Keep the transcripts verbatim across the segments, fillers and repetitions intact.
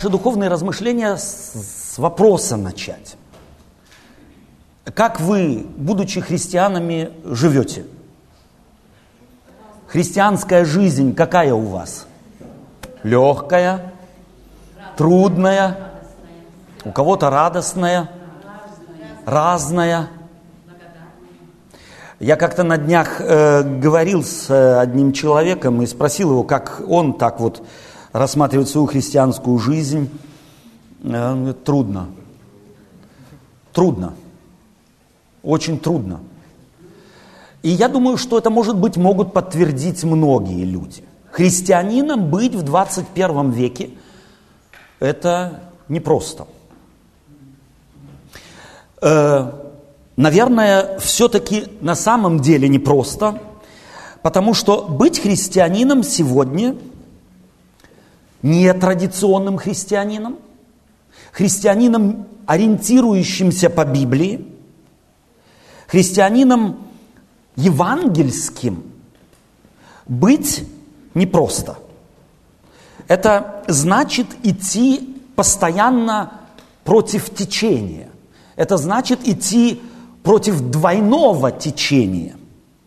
Духовные размышления с вопроса начать. Как вы, будучи христианами, живете? Христианская жизнь какая у вас? Легкая, трудная, у кого-то радостная, разная. Я как-то на днях э, говорил с одним человеком и спросил его, как он так вот рассматривает свою христианскую жизнь. Он говорит, трудно. Трудно. Очень трудно. И я думаю, что это, может быть, могут подтвердить многие люди. Христианином быть в двадцать первом веке – это непросто. Э, наверное, все-таки на самом деле непросто, потому что быть христианином сегодня – не традиционным христианином, христианином, ориентирующимся по Библии, христианином евангельским быть непросто. Это значит идти постоянно против течения. Это значит идти против двойного течения.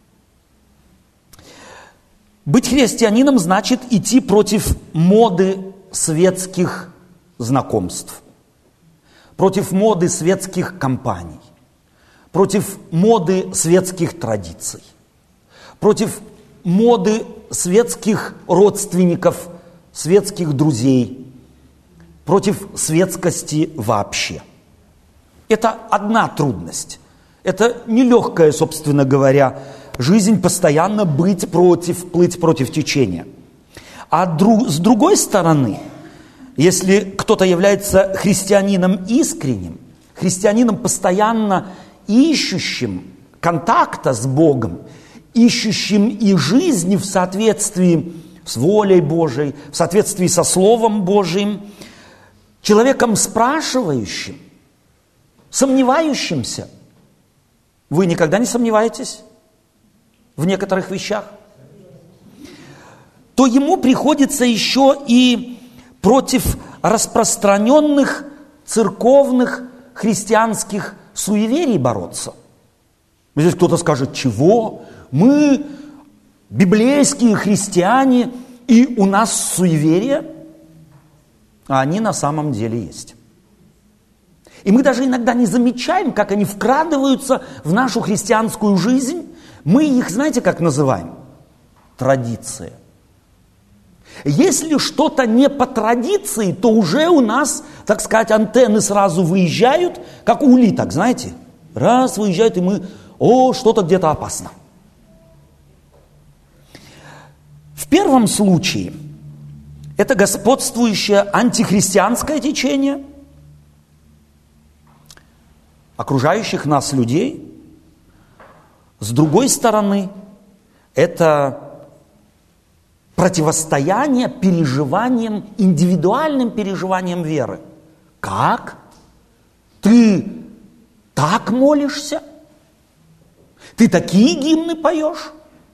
Быть христианином значит идти против моды светских знакомств, против моды светских компаний, против моды светских традиций, против моды светских родственников, светских друзей, против светскости вообще. Это одна трудность. Это нелегкая, собственно говоря, жизнь постоянно быть против, плыть против течения. А друг, с другой стороны, если кто-то является христианином искренним, христианином постоянно ищущим контакта с Богом, ищущим и жизни в соответствии с волей Божией, в соответствии со Словом Божиим, человеком спрашивающим, сомневающимся. Вы никогда не сомневаетесь в некоторых вещах? То ему приходится еще и против распространенных церковных христианских суеверий бороться. Здесь кто-то скажет, чего? Мы библейские христиане, и у нас суеверия, а они на самом деле есть. И мы даже иногда не замечаем, как они вкрадываются в нашу христианскую жизнь. Мы их, знаете, как называем? Традиция. Если что-то не по традиции, то уже у нас, так сказать, антенны сразу выезжают, как у улиток, знаете? Раз выезжают, и мы, о, что-то где-то опасно. В первом случае это господствующее антихристианское течение окружающих нас людей. С другой стороны, это противостояние переживаниям, индивидуальным переживаниям веры. Как? Ты так молишься? Ты такие гимны поешь?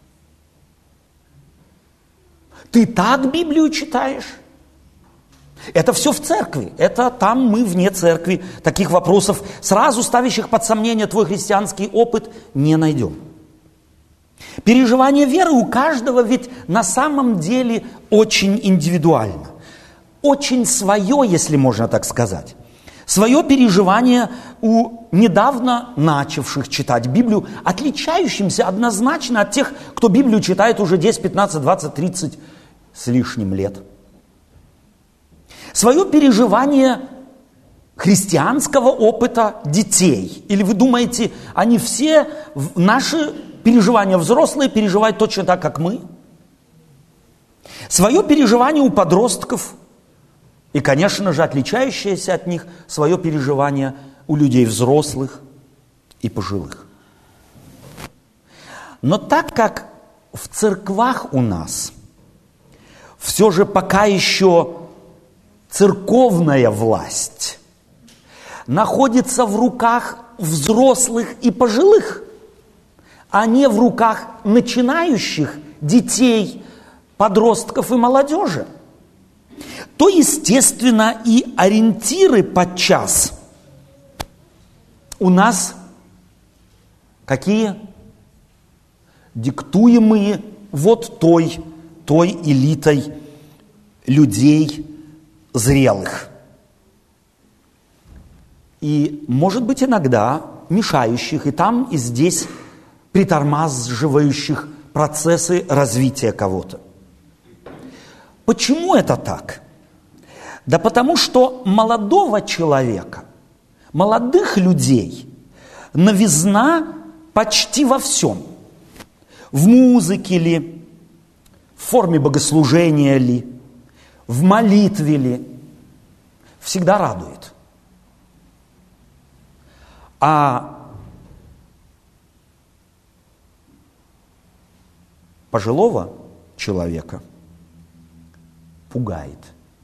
Ты так Библию читаешь? Это все в церкви. Это там мы вне церкви. Таких вопросов, сразу ставящих под сомнение твой христианский опыт, не найдем. Переживание веры у каждого ведь на самом деле очень индивидуально. Очень свое, если можно так сказать. Свое переживание у недавно начавших читать Библию, отличающимся однозначно от тех, кто Библию читает уже десять, пятнадцать, двадцать, тридцать с лишним лет. Свое переживание христианского опыта детей. Или вы думаете, они все наши переживания взрослые переживают точно так, как мы? Свое переживание у подростков. И, конечно же, отличающееся от них свое переживание у людей взрослых и пожилых. Но так как в церквах у нас все же пока еще церковная власть находится в руках взрослых и пожилых, а не в руках начинающих детей, подростков и молодежи, то, естественно, и ориентиры подчас у нас какие? Диктуемые вот той, той элитой людей зрелых. И, может быть, иногда мешающих и там, и здесь, притормаживающих процессы развития кого-то. Почему это так? Да потому что молодого человека, молодых людей новизна почти во всем. В музыке ли, в форме богослужения ли, в молитве ли, всегда радует. А пожилого человека пугает.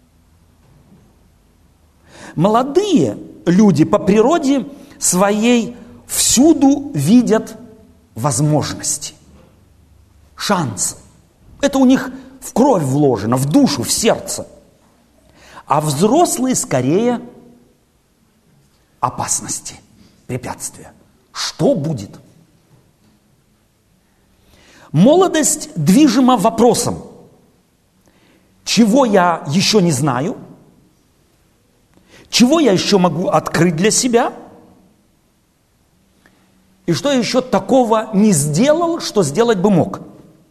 Молодые люди по природе своей всюду видят возможности, шансы. Это у них в кровь вложено, в душу, в сердце. А взрослые скорее опасности, препятствия. Что будет? Молодость движима вопросом, чего я еще не знаю, чего я еще могу открыть для себя, и что я еще такого не сделал, что сделать бы мог.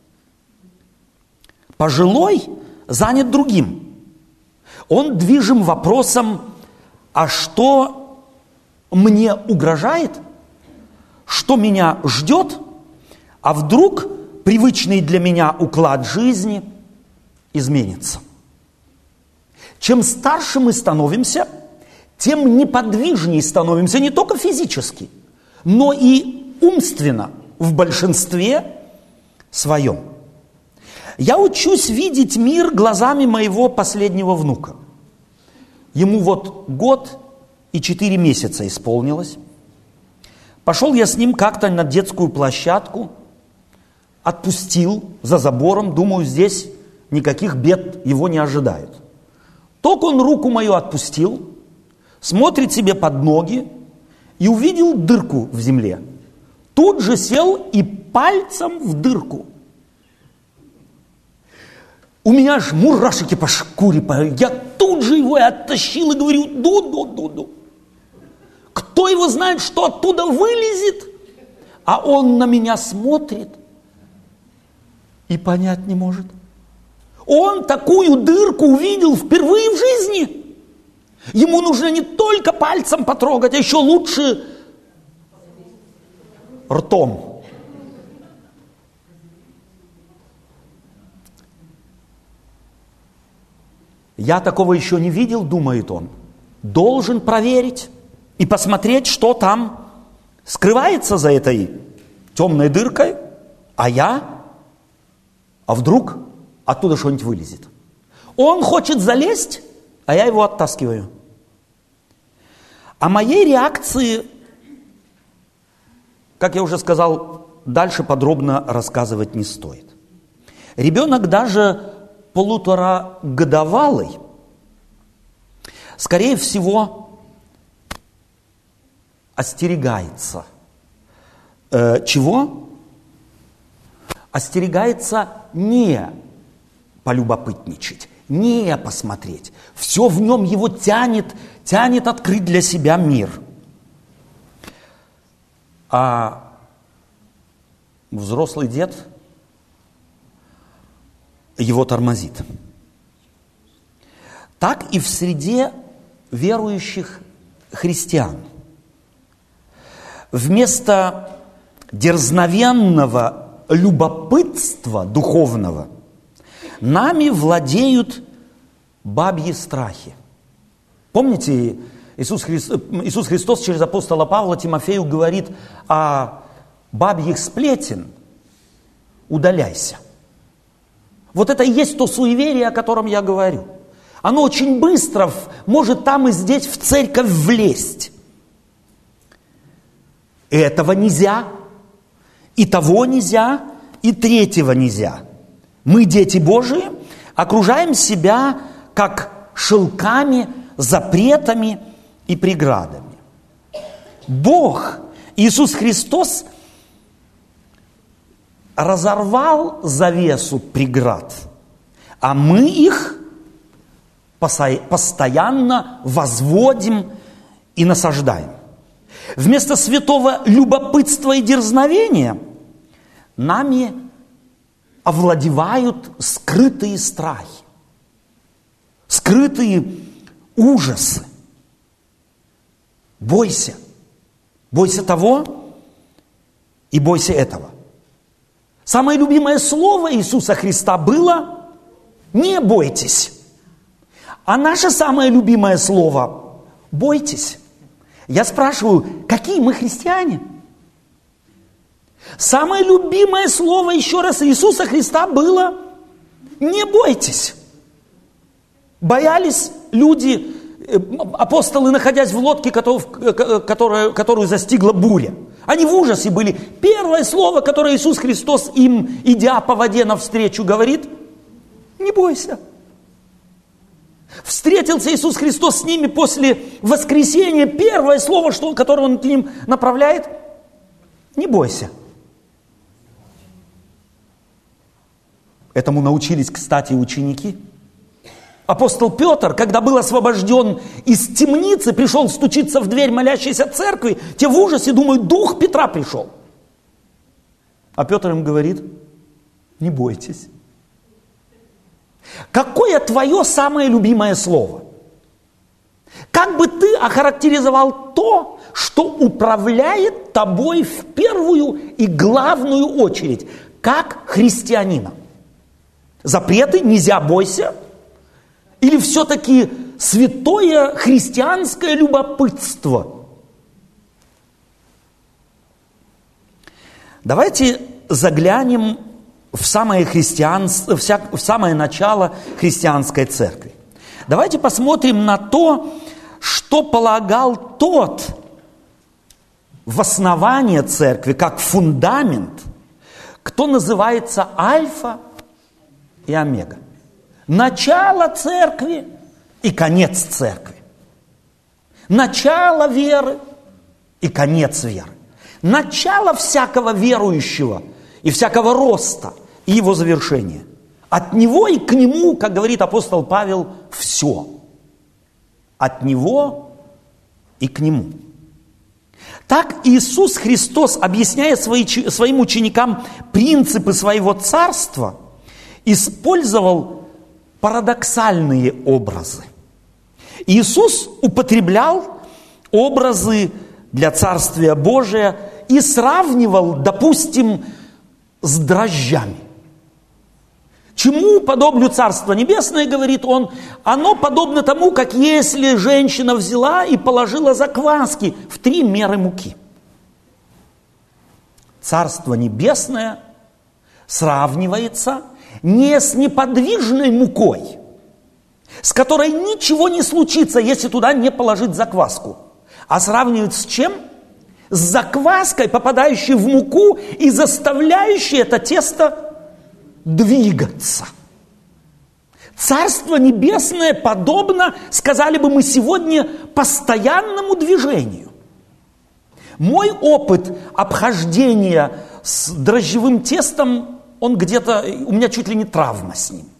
Пожилой занят другим. Он движим вопросом, а что мне угрожает, что меня ждет, а вдруг привычный для меня уклад жизни изменится. Чем старше мы становимся, тем неподвижнее становимся не только физически, но и умственно в большинстве своем. Я учусь видеть мир глазами моего последнего внука. Ему вот год и четыре месяца исполнилось. Пошел я с ним как-то на детскую площадку, отпустил за забором, думаю, здесь никаких бед его не ожидают. Только он руку мою отпустил, смотрит себе под ноги и увидел дырку в земле. Тут же сел и пальцем в дырку. У меня аж мурашки по шкуре. Я тут же его и оттащил и говорю, ду-ду-ду-ду. Кто его знает, что оттуда вылезет? А он на меня смотрит и понять не может. Он такую дырку увидел впервые в жизни. Ему нужно не только пальцем потрогать, а еще лучше ртом. Я такого еще не видел, думает он. Должен проверить и посмотреть, что там скрывается за этой темной дыркой. А я? А вдруг оттуда что-нибудь вылезет? Он хочет залезть, а я его оттаскиваю. О моей реакции, как я уже сказал, дальше подробно рассказывать не стоит. Ребенок даже полуторагодовалый, скорее всего, остерегается. Э, чего? Остерегается не полюбопытничать, не посмотреть. Все в нем его тянет, тянет открыть для себя мир. А взрослый дед его тормозит. Так и в среде верующих христиан. Вместо дерзновенного любопытства духовного нами владеют бабьи страхи. Помните, Иисус Христос, Иисус Христос через апостола Павла Тимофею говорит о бабьих сплетен удаляйся. Вот это и есть то суеверие, о котором я говорю. Оно очень быстро может там и здесь в церковь влезть. Этого нельзя, и того нельзя, и третьего нельзя. Мы, дети Божии, окружаем себя как шелками, запретами и преградами. Бог, Иисус Христос, разорвал завесу преград, а мы их постоянно возводим и насаждаем. Вместо святого любопытства и дерзновения нами овладевают скрытые страхи, скрытые ужасы. Бойся. Бойся того и бойся этого. Самое любимое слово Иисуса Христа было «не бойтесь». А наше самое любимое слово «бойтесь». Я спрашиваю, какие мы христиане? Самое любимое слово, еще раз, Иисуса Христа было «не бойтесь». Боялись люди, апостолы, находясь в лодке, которую, которую застигла буря. Они в ужасе были. Первое слово, которое Иисус Христос им, идя по воде навстречу, говорит: не бойся. Встретился Иисус Христос с ними после воскресения. Первое слово, что, которое Он к ним направляет: не бойся. Этому научились, кстати, ученики. Апостол Петр, когда был освобожден из темницы, пришел стучиться в дверь молящейся церкви, те в ужасе думают, дух Петра пришел. А Петр им говорит: не бойтесь. Какое твое самое любимое слово? Как бы ты охарактеризовал то, что управляет тобой в первую и главную очередь, как христианина? Запреты, нельзя, бойся? Или все-таки святое христианское любопытство? Давайте заглянем в самое, христианство, в самое начало христианской церкви. Давайте посмотрим на то, что полагал тот в основание церкви, как фундамент, кто называется Альфа и Омега. Начало церкви и конец церкви. Начало веры и конец веры. Начало всякого верующего и всякого роста и его завершение. От него и к нему, как говорит апостол Павел, все. От него и к нему. Так Иисус Христос, объясняя свои, своим ученикам принципы своего царства, использовал парадоксальные образы. Иисус употреблял образы для Царствия Божия и сравнивал, допустим, с дрожжами. Чему подобно Царство Небесное, говорит он, оно подобно тому, как если женщина взяла и положила закваски в три меры муки. Царство Небесное сравнивается не с неподвижной мукой, с которой ничего не случится, если туда не положить закваску, а сравнивают с чем? С закваской, попадающей в муку и заставляющей это тесто двигаться. Царство Небесное подобно, сказали бы мы сегодня, постоянному движению. Мой опыт обхождения с дрожжевым тестом, он где-то, у меня чуть ли не травма с ним.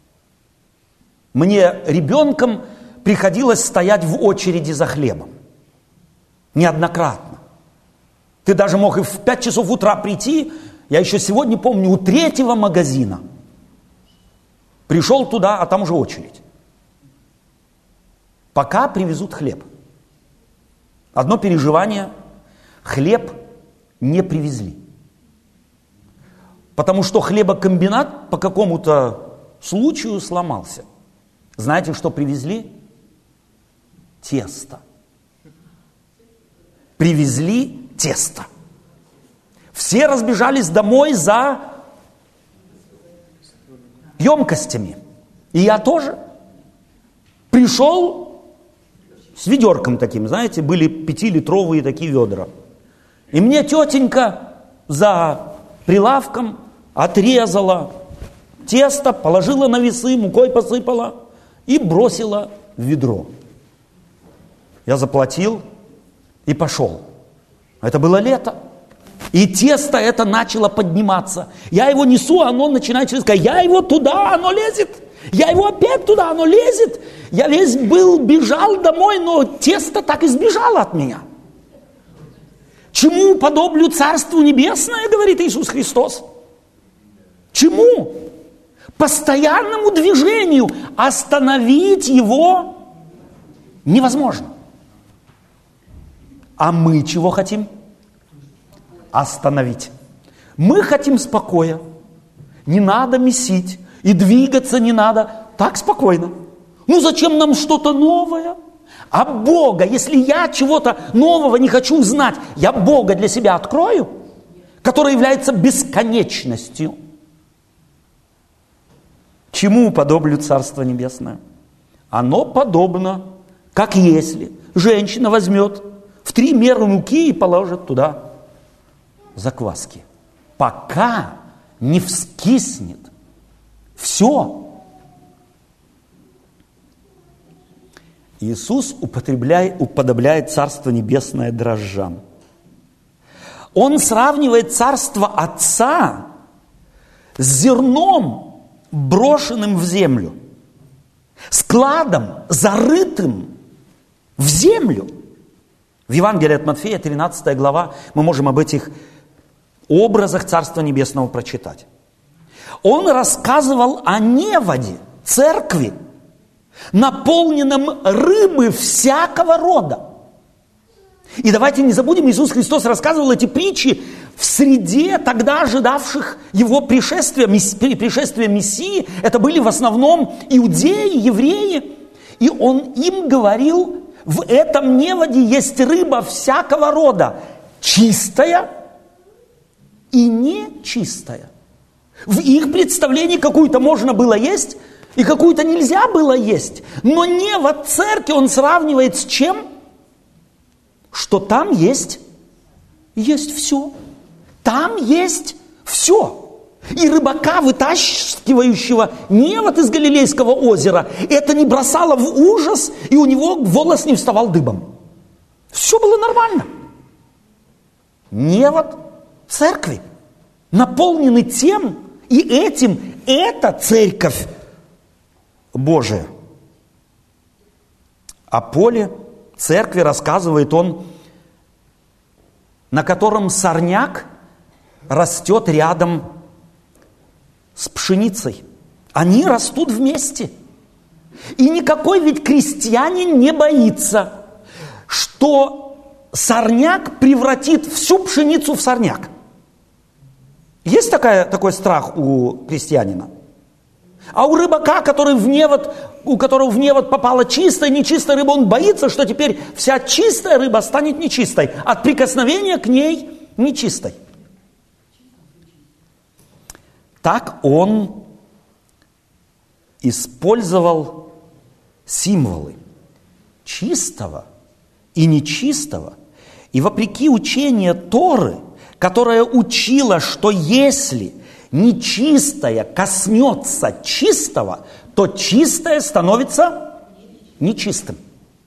Мне ребенком приходилось стоять в очереди за хлебом. Неоднократно. Ты даже мог и в пять часов утра прийти, я еще сегодня помню, у третьего магазина. Пришел туда, а там уже очередь. Пока привезут хлеб. Одно переживание: хлеб не привезли. Потому что хлебокомбинат по какому-то случаю сломался. Знаете, что привезли? Тесто. Привезли тесто. Все разбежались домой за емкостями. И я тоже пришел с ведерком таким, знаете, были пятилитровые такие ведра. И мне тетенька за прилавком отрезала тесто, положила на весы, мукой посыпала и бросила в ведро. Я заплатил и пошел. Это было лето. И тесто это начало подниматься. Я его несу, а оно начинает через... Я его туда, оно лезет. Я его опять туда, оно лезет. Я весь был, бежал домой, но тесто так и сбежало от меня. Чему подоблю Царству Небесное, говорит Иисус Христос? Чему? Постоянному движению. Остановить его невозможно. А мы чего хотим? Остановить. Мы хотим спокоя. Не надо месить. И двигаться не надо. Так спокойно. Ну зачем нам что-то новое? А Бога, если я чего-то нового не хочу знать, я Бога для себя открою, который является бесконечностью. Чему подоблю Царство Небесное? Оно подобно, как если женщина возьмет в три меры муки и положит туда закваски, пока не вскиснет все. Иисус употребляет, уподобляет Царство Небесное дрожжам. Он сравнивает Царство Отца с зерном, брошенным в землю, складом, зарытым в землю. В Евангелии от Матфея, тринадцатая глава, мы можем об этих образах Царства Небесного прочитать. Он рассказывал о неводе, церкви, наполненном рыбы всякого рода. И давайте не забудем, Иисус Христос рассказывал эти притчи в среде тогда ожидавших его пришествия, пришествия Мессии. Это были в основном иудеи, евреи. И он им говорил, в этом неводе есть рыба всякого рода, чистая и нечистая. В их представлении какую-то можно было есть, и какую-то нельзя было есть. Но невод церкви он сравнивает с чем? Что там есть, есть все. Там есть все. И рыбака, вытаскивающего невод из Галилейского озера, это не бросало в ужас, и у него волос не вставал дыбом. Все было нормально. Невод церкви, наполненный тем и этим, это церковь Божия. О поле церкви рассказывает он, на котором сорняк растет рядом с пшеницей. Они растут вместе. И никакой ведь крестьянин не боится, что сорняк превратит всю пшеницу в сорняк. Есть такая, такой страх у крестьянина? А у рыбака, который в невод, у которого в невод попала чистая, нечистая рыба, он боится, что теперь вся чистая рыба станет нечистой. От прикосновения к ней нечистой. Так он использовал символы чистого и нечистого. И вопреки учению Торы, которая учила, что если нечистое коснется чистого, то чистое становится нечистым.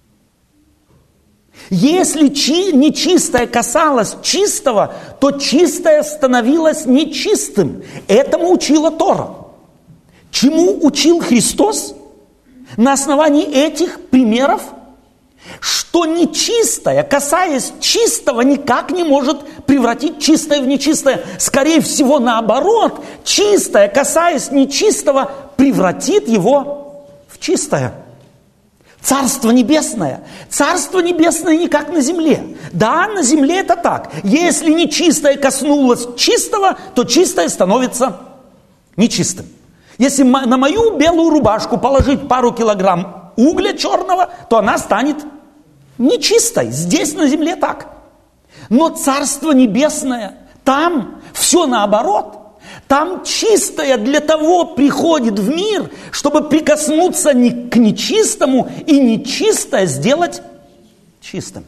Если чи- нечистое касалось чистого, то чистое становилось нечистым. Этому учила Тора. Чему учил Христос? На основании этих примеров, что нечистое, касаясь чистого, никак не может превратить чистое в нечистое. Скорее всего, наоборот, чистое, касаясь нечистого, превратит его в чистое. Царство Небесное. Царство Небесное не как на земле. Да, на земле это так. Если нечистое коснулось чистого, то чистое становится нечистым. Если на мою белую рубашку положить пару килограмм угля черного, то она станет нечистой. Здесь на земле так. Но Царство Небесное, там все наоборот. Там чистое для того приходит в мир, чтобы прикоснуться не к нечистому и нечистое сделать чистым.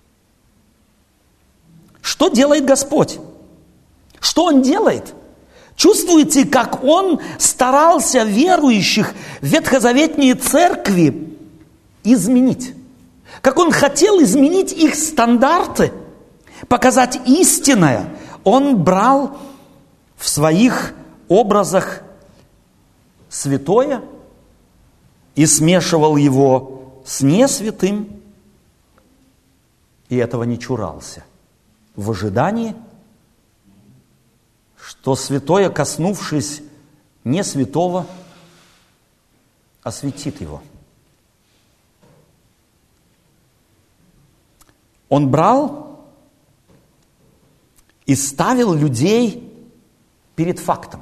Что делает Господь? Что Он делает? Чувствуете, как он старался верующих в ветхозаветные церкви изменить? Как он хотел изменить их стандарты, показать истинное. Он брал в своих образах святое и смешивал его с несвятым, и этого не чурался, в ожидании, что святое, коснувшись не святого, осветит его. Он брал и ставил людей перед фактом.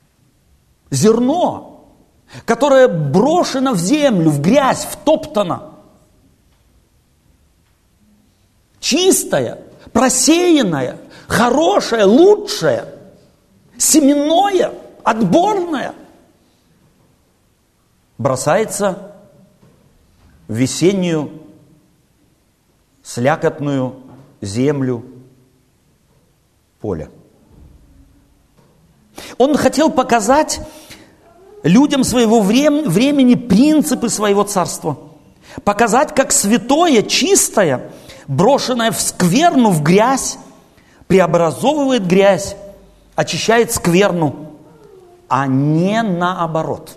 Зерно, которое брошено в землю, в грязь, втоптано, чистое, просеянное, хорошее, лучшее, семенное, отборное, бросается в весеннюю слякотную землю поля. Он хотел показать людям своего времени принципы своего царства. Показать, как святое, чистое, брошенное в скверну, в грязь, преобразовывает грязь, очищает скверну, а не наоборот.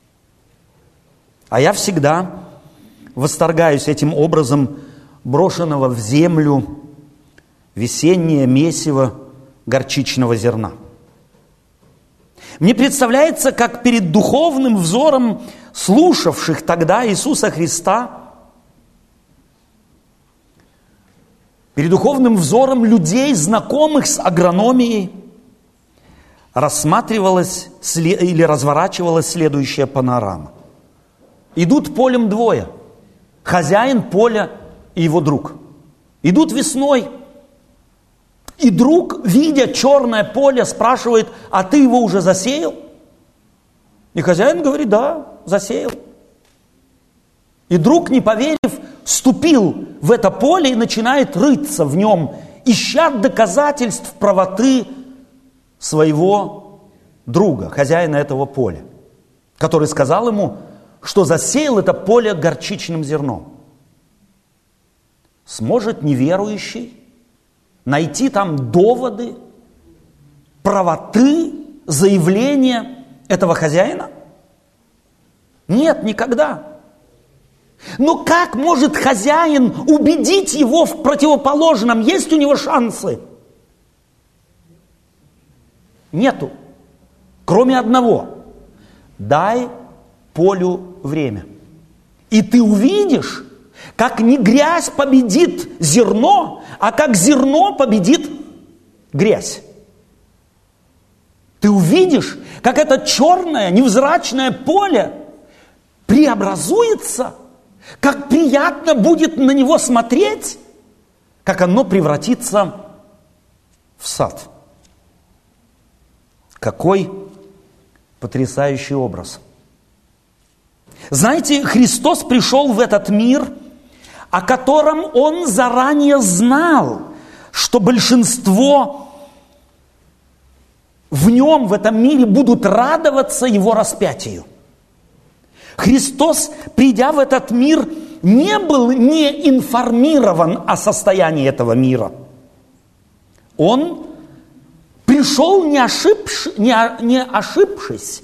А я всегда восторгаюсь этим образом брошенного в землю весеннее месиво горчичного зерна. Мне представляется, как перед духовным взором слушавших тогда Иисуса Христа, перед духовным взором людей, знакомых с агрономией, рассматривалась или разворачивалась следующая панорама. Идут полем двое. Хозяин поля и его друг. Идут весной. И друг, видя черное поле, спрашивает: а ты его уже засеял? И хозяин говорит: да, засеял. И друг, не поверив, вступил в это поле и начинает рыться в нем, ища доказательств правоты своего друга, хозяина этого поля, который сказал ему, что засеял это поле горчичным зерном. Сможет неверующий найти там доводы правоты заявления этого хозяина? Нет, никогда. Но как может хозяин убедить его в противоположном? Есть у него шансы? Нету. Кроме одного. Дай полю время. И ты увидишь, как не грязь победит зерно, а как зерно победит грязь. Ты увидишь, как это черное, невзрачное поле преобразуется, как приятно будет на него смотреть, как оно превратится в сад. Какой потрясающий образ. Знаете, Христос пришел в этот мир, о котором Он заранее знал, что большинство в Нем, в этом мире, будут радоваться Его распятию. Христос, придя в этот мир, не был не информирован о состоянии этого мира. Он пришел, не, ошибши, не, не ошибшись.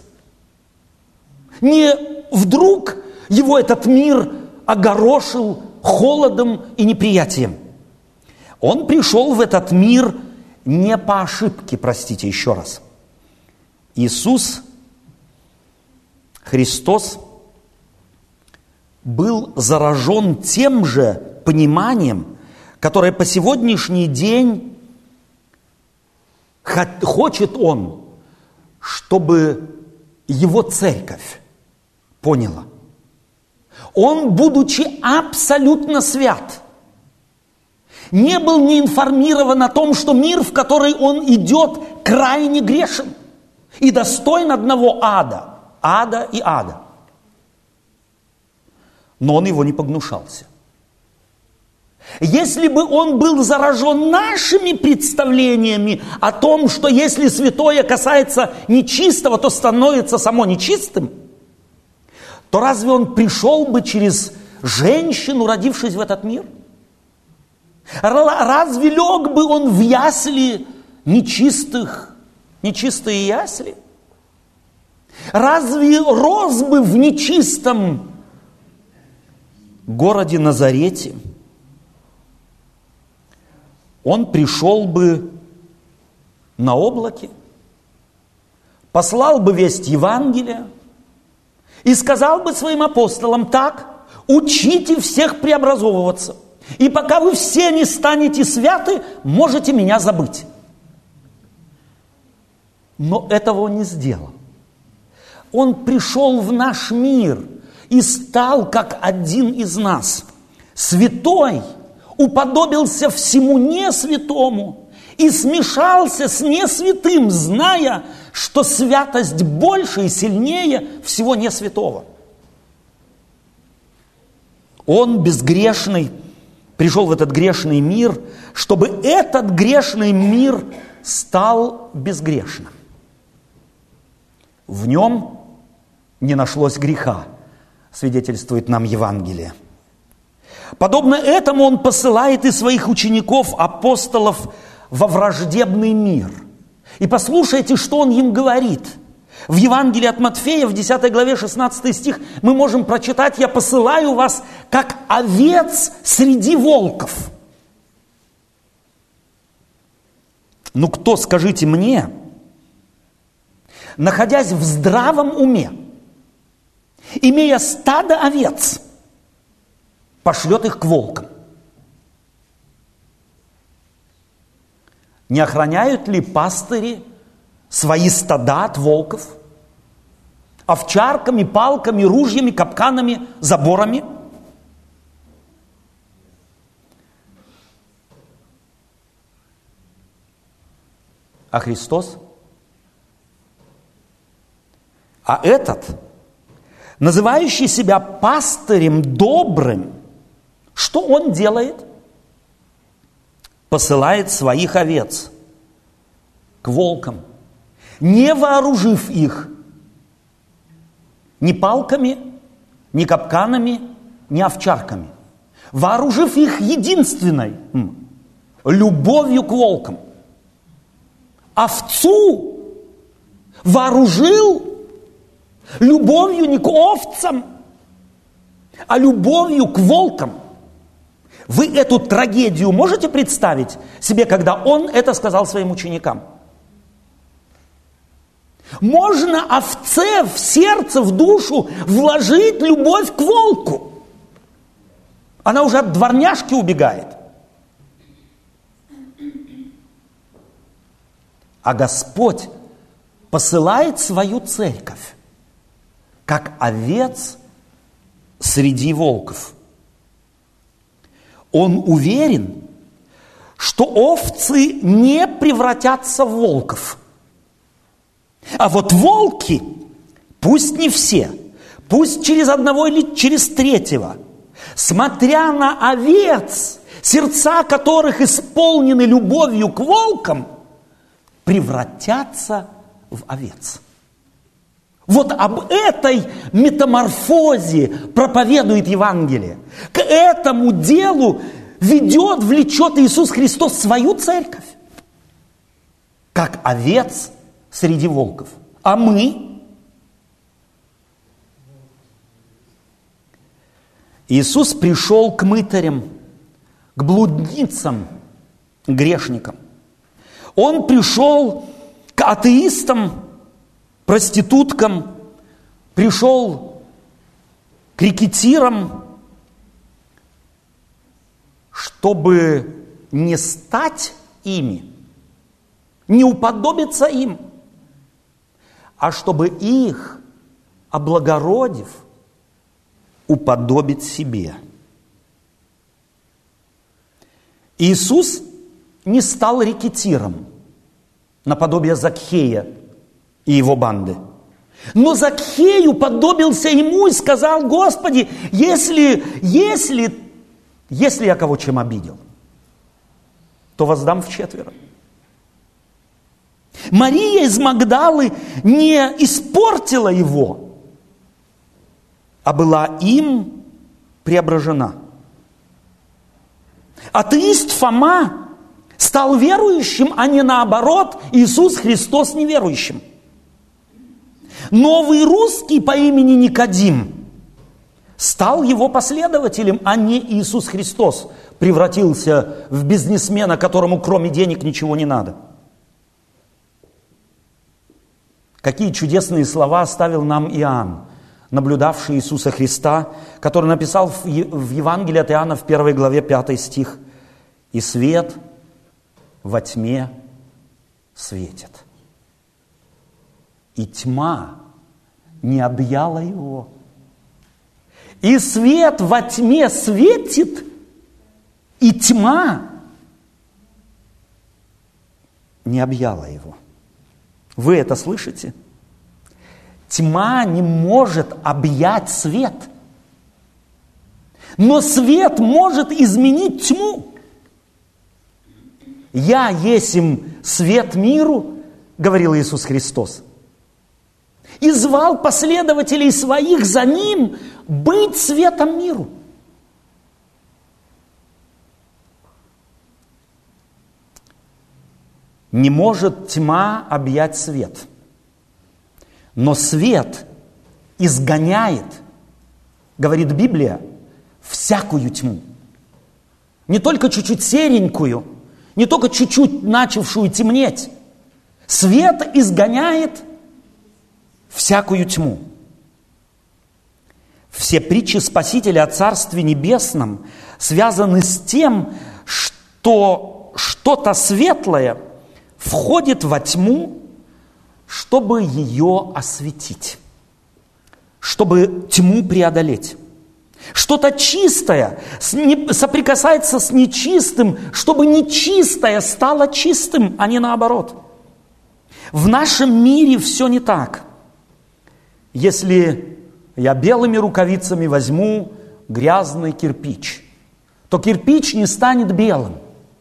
Не вдруг его этот мир огорошил холодом и неприятием. Он пришел в этот мир не по ошибке, простите еще раз. Иисус Христос был заражен тем же пониманием, которое по сегодняшний день хочет Он, чтобы Его церковь поняла. Он, будучи абсолютно свят, не был не информирован о том, что мир, в который он идет, крайне грешен и достоин одного ада, ада и ада. Но он его не погнушался. Если бы он был заражен нашими представлениями о том, что если святое касается нечистого, то становится само нечистым, то разве он пришел бы через женщину, родившись в этот мир? Разве лег бы он в ясли нечистых, нечистые ясли? Разве рос бы в нечистом городе Назарете? Он пришел бы на облаке, послал бы весть Евангелия и сказал бы своим апостолам: так, учите всех преобразовываться, и пока вы все не станете святы, можете меня забыть. Но этого он не сделал. Он пришел в наш мир и стал как один из нас. Святой уподобился всему несвятому и смешался с несвятым, зная, что святость больше и сильнее всего несвятого. Он безгрешный пришел в этот грешный мир, чтобы этот грешный мир стал безгрешным. В нем не нашлось греха, свидетельствует нам Евангелие. Подобно этому он посылает и своих учеников, апостолов, во враждебный мир. И послушайте, что он им говорит. В Евангелии от Матфея, в десятой главе, шестнадцатый стих, мы можем прочитать: «Я посылаю вас, как овец среди волков». Ну кто, скажите мне, находясь в здравом уме, имея стадо овец, пошлет их к волкам? Не охраняют ли пастыри свои стада от волков? Овчарками, палками, ружьями, капканами, заборами? А Христос? А этот, называющий себя пастырем добрым, что он делает? Посылает своих овец к волкам, не вооружив их ни палками, ни капканами, ни овчарками, вооружив их единственной любовью к волкам. Овцу вооружил любовью не к овцам, а любовью к волкам. Вы эту трагедию можете представить себе, когда он это сказал своим ученикам? Можно овце в сердце, в душу вложить любовь к волку. Она уже от дворняжки убегает. А Господь посылает свою церковь, как овец среди волков. Он уверен, что овцы не превратятся в волков. А вот волки, пусть не все, пусть через одного или через третьего, смотря на овец, сердца которых исполнены любовью к волкам, превратятся в овец. Вот об этой метаморфозе проповедует Евангелие. К этому делу ведет, влечет Иисус Христос свою церковь, как овец среди волков. А мы? Иисус пришел к мытарям, к блудницам, к грешникам. Он пришел к атеистам, проституткам, пришел к рекетирам, чтобы не стать ими, не уподобиться им, а чтобы их, облагородив, уподобить себе. Иисус не стал рекетиром, наподобие Закхея и его банды. Но Закхей уподобился ему и сказал: Господи, если, если Если я кого чем обидел, то воздам вчетверо. Мария из Магдалы не испортила его, а была им преображена. Атеист Фома стал верующим, а не наоборот, Иисус Христос неверующим. Новый русский по имени Никодим стал его последователем, а не Иисус Христос превратился в бизнесмена, которому кроме денег ничего не надо. Какие чудесные слова оставил нам Иоанн, наблюдавший Иисуса Христа, который написал в Евангелии от Иоанна в первой главе пятый стих: «И свет во тьме светит, и тьма не объяла его». И свет во тьме светит, и тьма не объяла его. Вы это слышите? Тьма не может объять свет. Но свет может изменить тьму. «Я есмь свет миру», говорил Иисус Христос, и звал последователей своих за Ним быть светом миру. Не может тьма объять свет, но свет изгоняет, говорит Библия, всякую тьму. Не только чуть-чуть серенькую, не только чуть-чуть начавшую темнеть. Свет изгоняет всякую тьму. Все притчи Спасителя о Царстве Небесном связаны с тем, что что-то светлое входит во тьму, чтобы ее осветить, чтобы тьму преодолеть. Что-то чистое соприкасается с нечистым, чтобы нечистое стало чистым, а не наоборот. В нашем мире все не так. Если я белыми рукавицами возьму грязный кирпич, то кирпич не станет белым.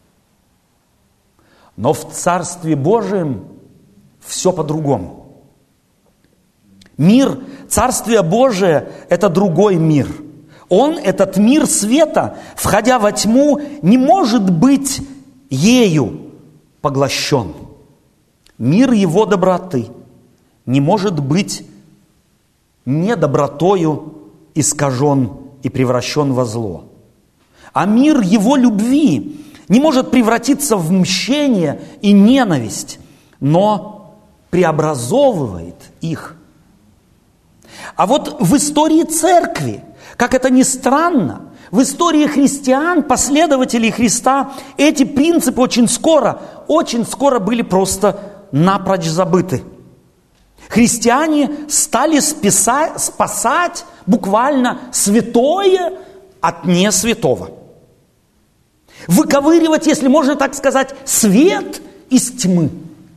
Но в Царстве Божьем все по-другому. Мир, Царствие Божие – это другой мир. Он, этот мир света, входя во тьму, не может быть ею поглощен. Мир его доброты не может быть недобротою искажен и превращен во зло. А мир его любви не может превратиться в мщение и ненависть, но преобразовывает их. А вот в истории церкви, как это ни странно, в истории христиан, последователей Христа, эти принципы очень скоро, очень скоро были просто напрочь забыты. Христиане стали списать, спасать буквально святое от несвятого. Выковыривать, если можно так сказать, свет из тьмы.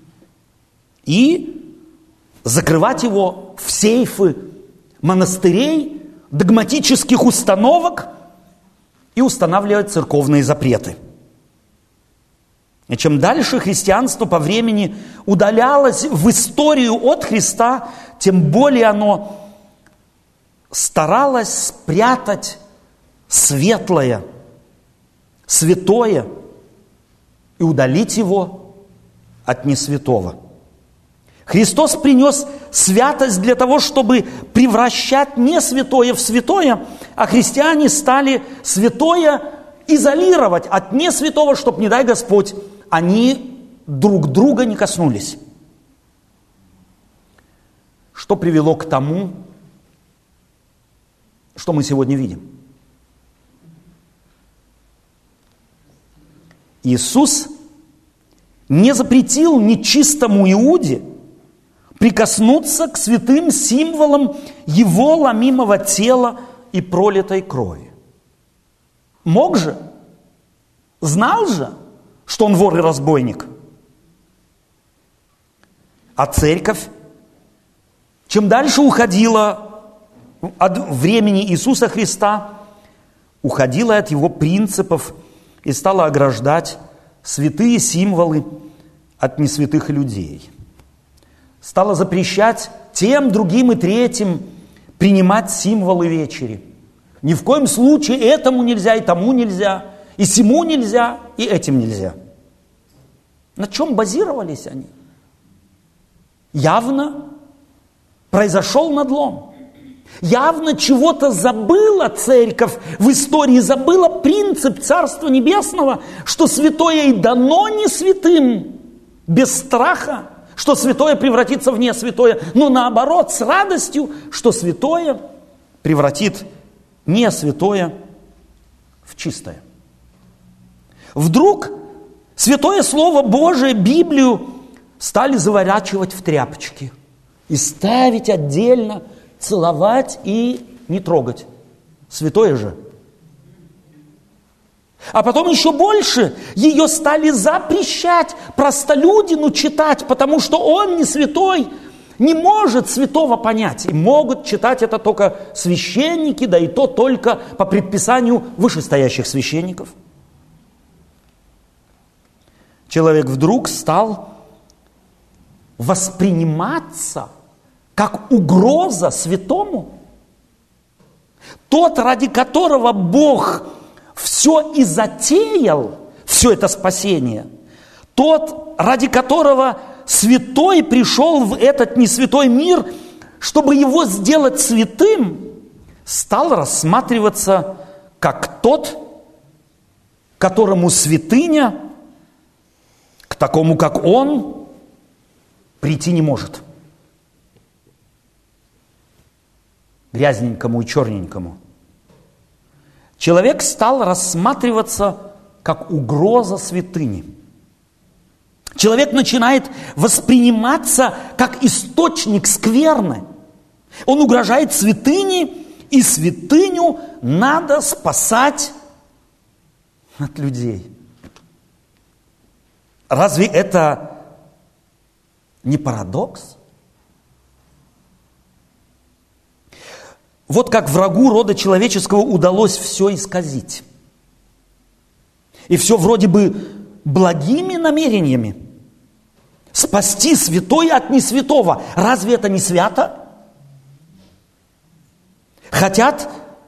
И закрывать его в сейфы монастырей, догматических установок и устанавливать церковные запреты. И чем дальше христианство по времени удалялось в историю от Христа, тем более оно старалось спрятать светлое, святое и удалить его от несвятого. Христос принес святость для того, чтобы превращать несвятое в святое, а христиане стали святое изолировать от несвятого, чтобы, не дай Господь, они друг друга не коснулись. Что привело к тому, что мы сегодня видим? Иисус не запретил нечистому Иуде прикоснуться к святым символам его ломимого тела и пролитой крови. Мог же? Знал же, что он вор и разбойник? А церковь, чем дальше уходила от времени Иисуса Христа, уходила от его принципов и стала ограждать святые символы от несвятых людей. Стала запрещать тем, другим и третьим принимать символы вечери. Ни в коем случае этому нельзя, и тому нельзя, и сему нельзя, и этим нельзя. На чем базировались они? Явно произошел надлом. Явно чего-то забыла церковь в истории, забыла принцип Царства Небесного, что святое и дано не святым, без страха, что святое превратится в не святое, но наоборот, с радостью, что святое превратит не святое в чистое. Вдруг святое Слово Божие, Библию, стали заворачивать в тряпочки и ставить отдельно, целовать и не трогать. Святое же. А потом еще больше ее стали запрещать простолюдину читать, потому что он не святой, не может святого понять. И могут читать это только священники, да и то только по предписанию вышестоящих священников. Человек вдруг стал восприниматься как угроза святому. Тот, ради которого Бог все и затеял, все это спасение, тот, ради которого святой пришел в этот несвятой мир, чтобы его сделать святым, стал рассматриваться как тот, которому святыня, к такому, как он, прийти не может. Грязненькому и черненькому. Человек стал рассматриваться как угроза святыни. Человек начинает восприниматься как источник скверны. Он угрожает святыне, и святыню надо спасать от людей. Разве это не парадокс? Вот как врагу рода человеческого удалось все исказить. И все вроде бы благими намерениями. Спасти святое от несвятого. Разве это не свято? Хотят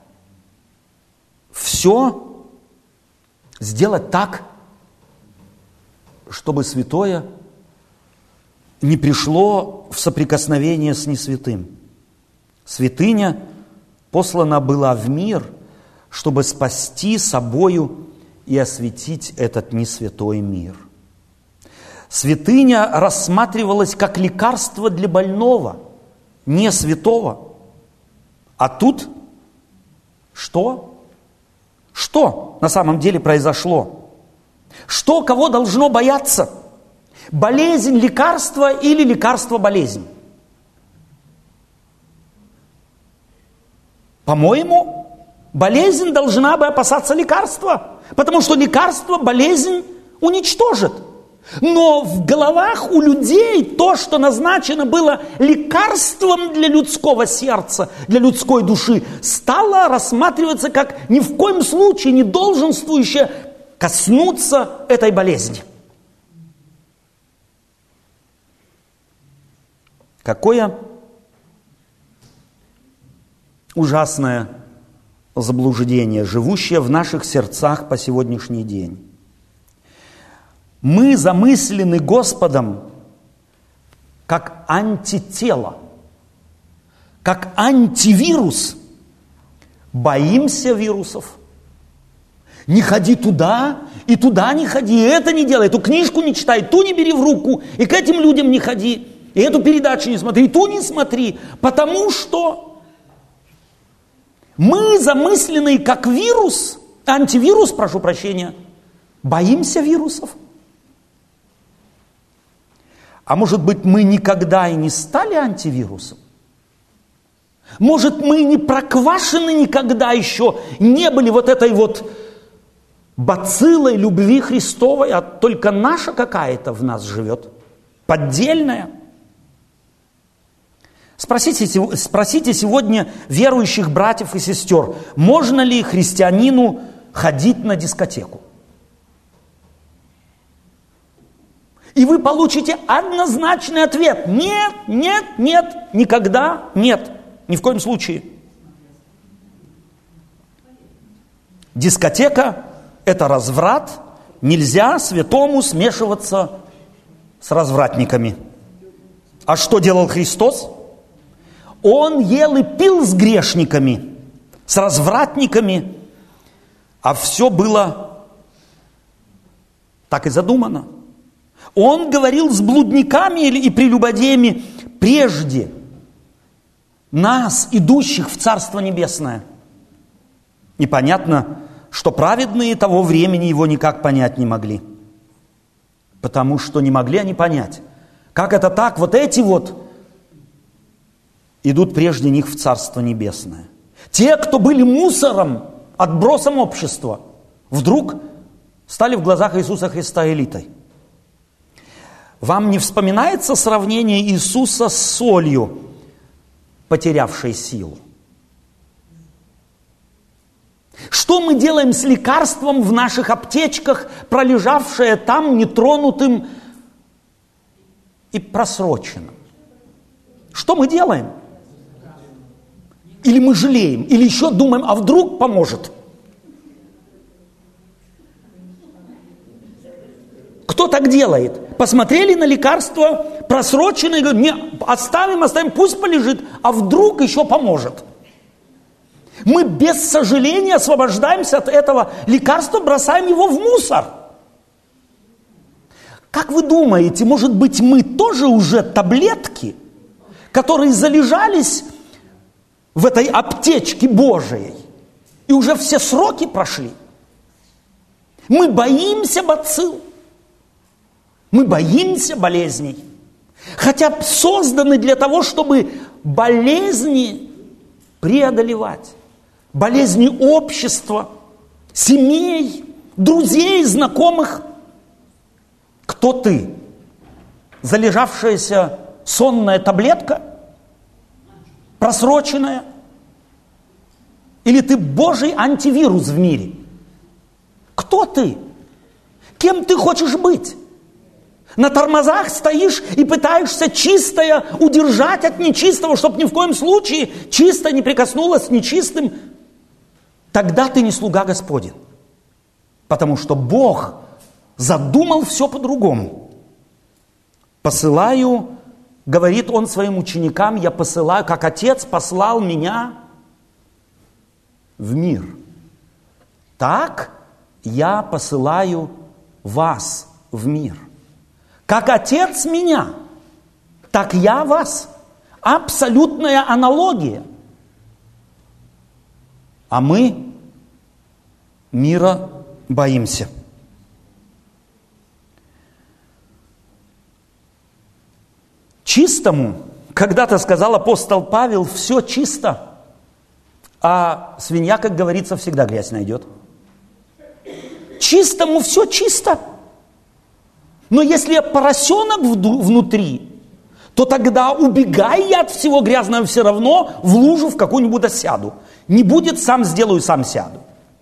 все сделать так, чтобы святое не пришло в соприкосновение с несвятым. Святыня послана была в мир, чтобы спасти собою и осветить этот несвятой мир. Святыня рассматривалась как лекарство для больного, не святого. А тут что? Что на самом деле произошло? Что кого должно бояться? Болезнь, лекарство или лекарство, болезнь? По-моему, болезнь должна бы опасаться лекарства, потому что лекарство болезнь уничтожит. Но в головах у людей то, что назначено было лекарством для людского сердца, для людской души, стало рассматриваться как ни в коем случае не долженствующее коснуться этой болезни. Какое ужасное заблуждение, живущее в наших сердцах по сегодняшний день. Мы замыслены Господом как антитело, как антивирус. Боимся вирусов. Не ходи туда, и туда не ходи, и это не делай, эту книжку не читай, ту не бери в руку, и к этим людям не ходи, и эту передачу не смотри, и ту не смотри, потому что мы замыслены как вирус, антивирус, прошу прощения, боимся вирусов. А может быть, мы никогда и не стали антивирусом? Может, мы не проквашены никогда еще, не были вот этой вот бациллой любви Христовой, а только наша какая-то в нас живет, поддельная? Спросите, спросите сегодня верующих братьев и сестер, можно ли христианину ходить на дискотеку? И вы получите однозначный ответ. Нет, нет, нет, никогда нет, ни в коем случае. Дискотека – это разврат, нельзя святому смешиваться с развратниками. А что делал Христос? Он ел и пил с грешниками, с развратниками, а все было так и задумано. Он говорил с блудниками и прелюбодеями прежде нас, идущих в Царство Небесное. Непонятно, что праведные того времени его никак понять не могли. Потому что не могли они понять, как это так, вот эти вот идут прежде них в Царство Небесное. Те, кто были мусором, отбросом общества, вдруг стали в глазах Иисуса Христа элитой. Вам не вспоминается сравнение Иисуса с солью, потерявшей силу? Что мы делаем с лекарством в наших аптечках, пролежавшее там нетронутым и просроченным? Что мы делаем? Или мы жалеем, или еще думаем, а вдруг поможет? Кто так делает? Посмотрели на лекарство просроченное и говорят, не, оставим, оставим, пусть полежит, а вдруг еще поможет. Мы без сожаления освобождаемся от этого лекарства, бросаем его в мусор. Как вы думаете, может быть, мы тоже уже таблетки, которые залежались в этой аптечке Божией, и уже все сроки прошли? Мы боимся бацилл, мы боимся болезней, хотя созданы для того, чтобы болезни преодолевать. Болезни общества, семей, друзей, знакомых. Кто ты? Залежавшаяся сонная таблетка? Просроченная? Или ты Божий антивирус в мире? Кто ты? Кем ты хочешь быть? На тормозах стоишь и пытаешься чистое удержать от нечистого, чтобы ни в коем случае чистое не прикоснулось с нечистым. Тогда ты не слуга Господень. Потому что Бог задумал все по-другому. Посылаю, говорит Он своим ученикам, я посылаю, как Отец послал меня в мир. Так я посылаю вас в мир. Как Отец меня, так я вас. Абсолютная аналогия. А мы мира боимся. Чистому, когда-то сказал апостол Павел, все чисто, а свинья, как говорится, всегда грязь найдет. Чистому все чисто. Но если поросенок внутри, то тогда, убегая я от всего грязного, все равно в лужу в какую-нибудь сяду. Не будет, сам сделаю, сам сяду.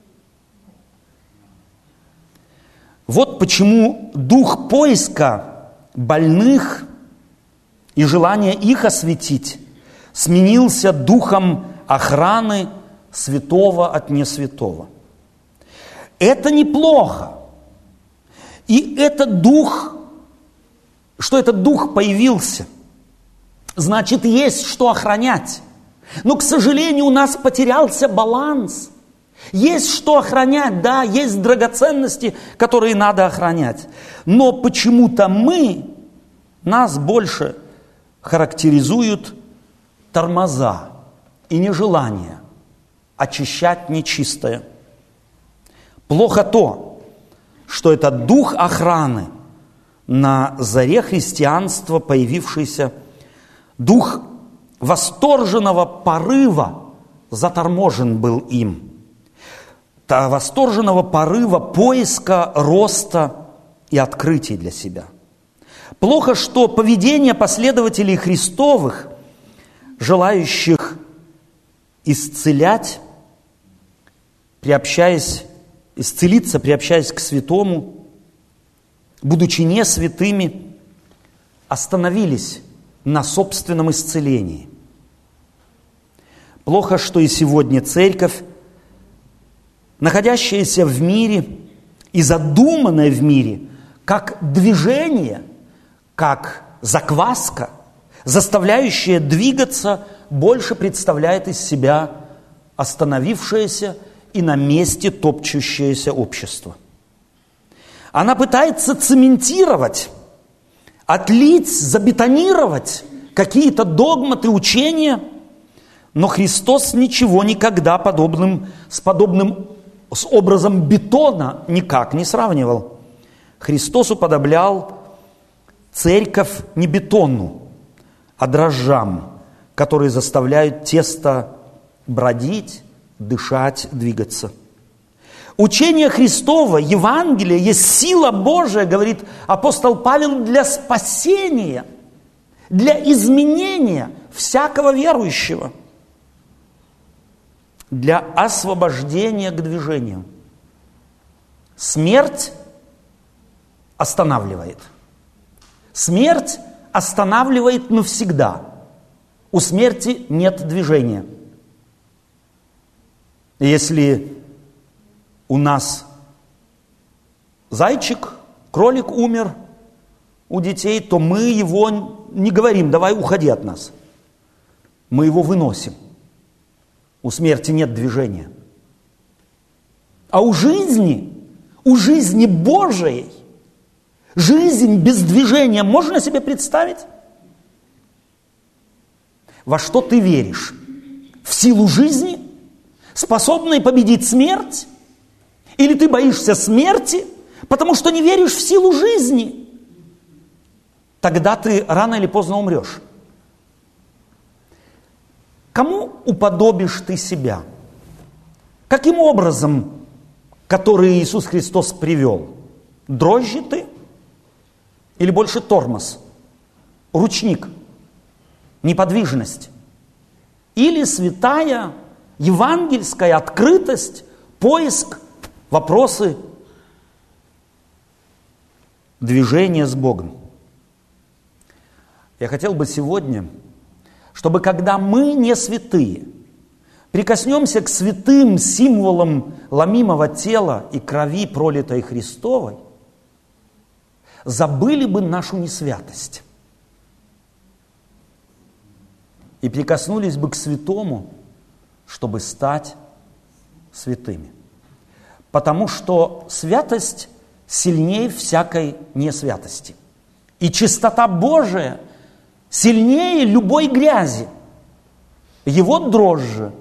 Вот почему дух поиска больных и желание их осветить сменился духом охраны святого от несвятого. Это неплохо. И этот дух, что этот дух появился, значит, есть что охранять. Но, к сожалению, у нас потерялся баланс. Есть что охранять, да, есть драгоценности, которые надо охранять. Но почему-то мы, нас больше характеризуют тормоза и нежелание очищать нечистое. Плохо то, что этот дух охраны на заре христианства появившийся, дух восторженного порыва заторможен был им. Та восторженного порыва поиска, роста и открытий для себя. Плохо, что поведение последователей Христовых желающих исцелять, приобщаясь, исцелиться, приобщаясь к святому, будучи не святыми, остановились на собственном исцелении. Плохо, что и сегодня церковь, находящаяся в мире и задуманная в мире, как движение, как закваска, заставляющая двигаться, больше представляет из себя остановившееся и на месте топчущееся общество. Она пытается цементировать, отлить, забетонировать какие-то догматы, учения, но Христос ничего никогда подобным, с подобным с образом бетона никак не сравнивал. Христос уподоблял церковь не бетону, а дрожжам, которые заставляют тесто бродить, дышать, двигаться. Учение Христово, Евангелие, есть сила Божия, говорит апостол Павел, для спасения, для изменения всякого верующего, для освобождения к движению. Смерть останавливает. Смерть останавливает навсегда. У смерти нет движения. Если у нас зайчик, кролик умер у детей, то мы его не говорим: давай уходи от нас. Мы его выносим. У смерти нет движения. А у жизни, у жизни Божией, жизнь без движения можно себе представить? Во что ты веришь? В силу жизни, способной победить смерть? Или ты боишься смерти, потому что не веришь в силу жизни? Тогда ты рано или поздно умрешь. Кому уподобишь ты себя? Каким образом, который Иисус Христос привел? Дрожжи ты? Или больше тормоз? Ручник? Неподвижность? Или святая евангельская открытость, поиск, вопросы, движение с Богом? Я хотел бы сегодня, чтобы когда мы не святые, прикоснемся к святым символам ломимого тела и крови, пролитой Христовой, забыли бы нашу несвятость и прикоснулись бы к святому, чтобы стать святыми. Потому что святость сильнее всякой несвятости. И чистота Божия сильнее любой грязи. Его дрожжи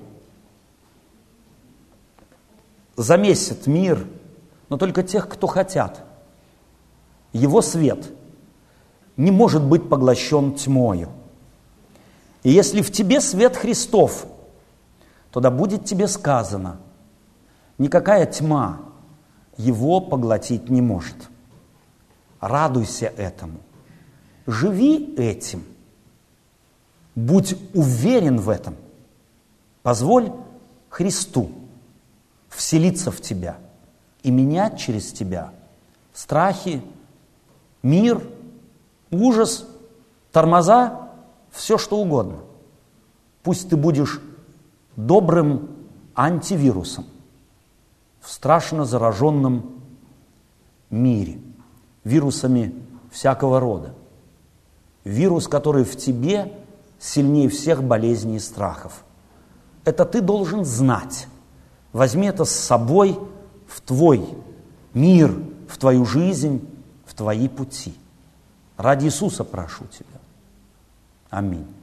замесят мир, но только тех, кто хотят. Его свет не может быть поглощен тьмою. И если в тебе свет Христов, то да будет тебе сказано: никакая тьма его поглотить не может. Радуйся этому, живи этим, будь уверен в этом, позволь Христу вселиться в тебя и менять через тебя страхи, мир, ужас, тормоза, все что угодно. Пусть ты будешь добрым антивирусом в страшно зараженном мире, вирусами всякого рода. Вирус, который в тебе сильнее всех болезней и страхов. Это ты должен знать. Возьми это с собой в твой мир, в твою жизнь, в твои пути. Ради Иисуса прошу тебя. Аминь.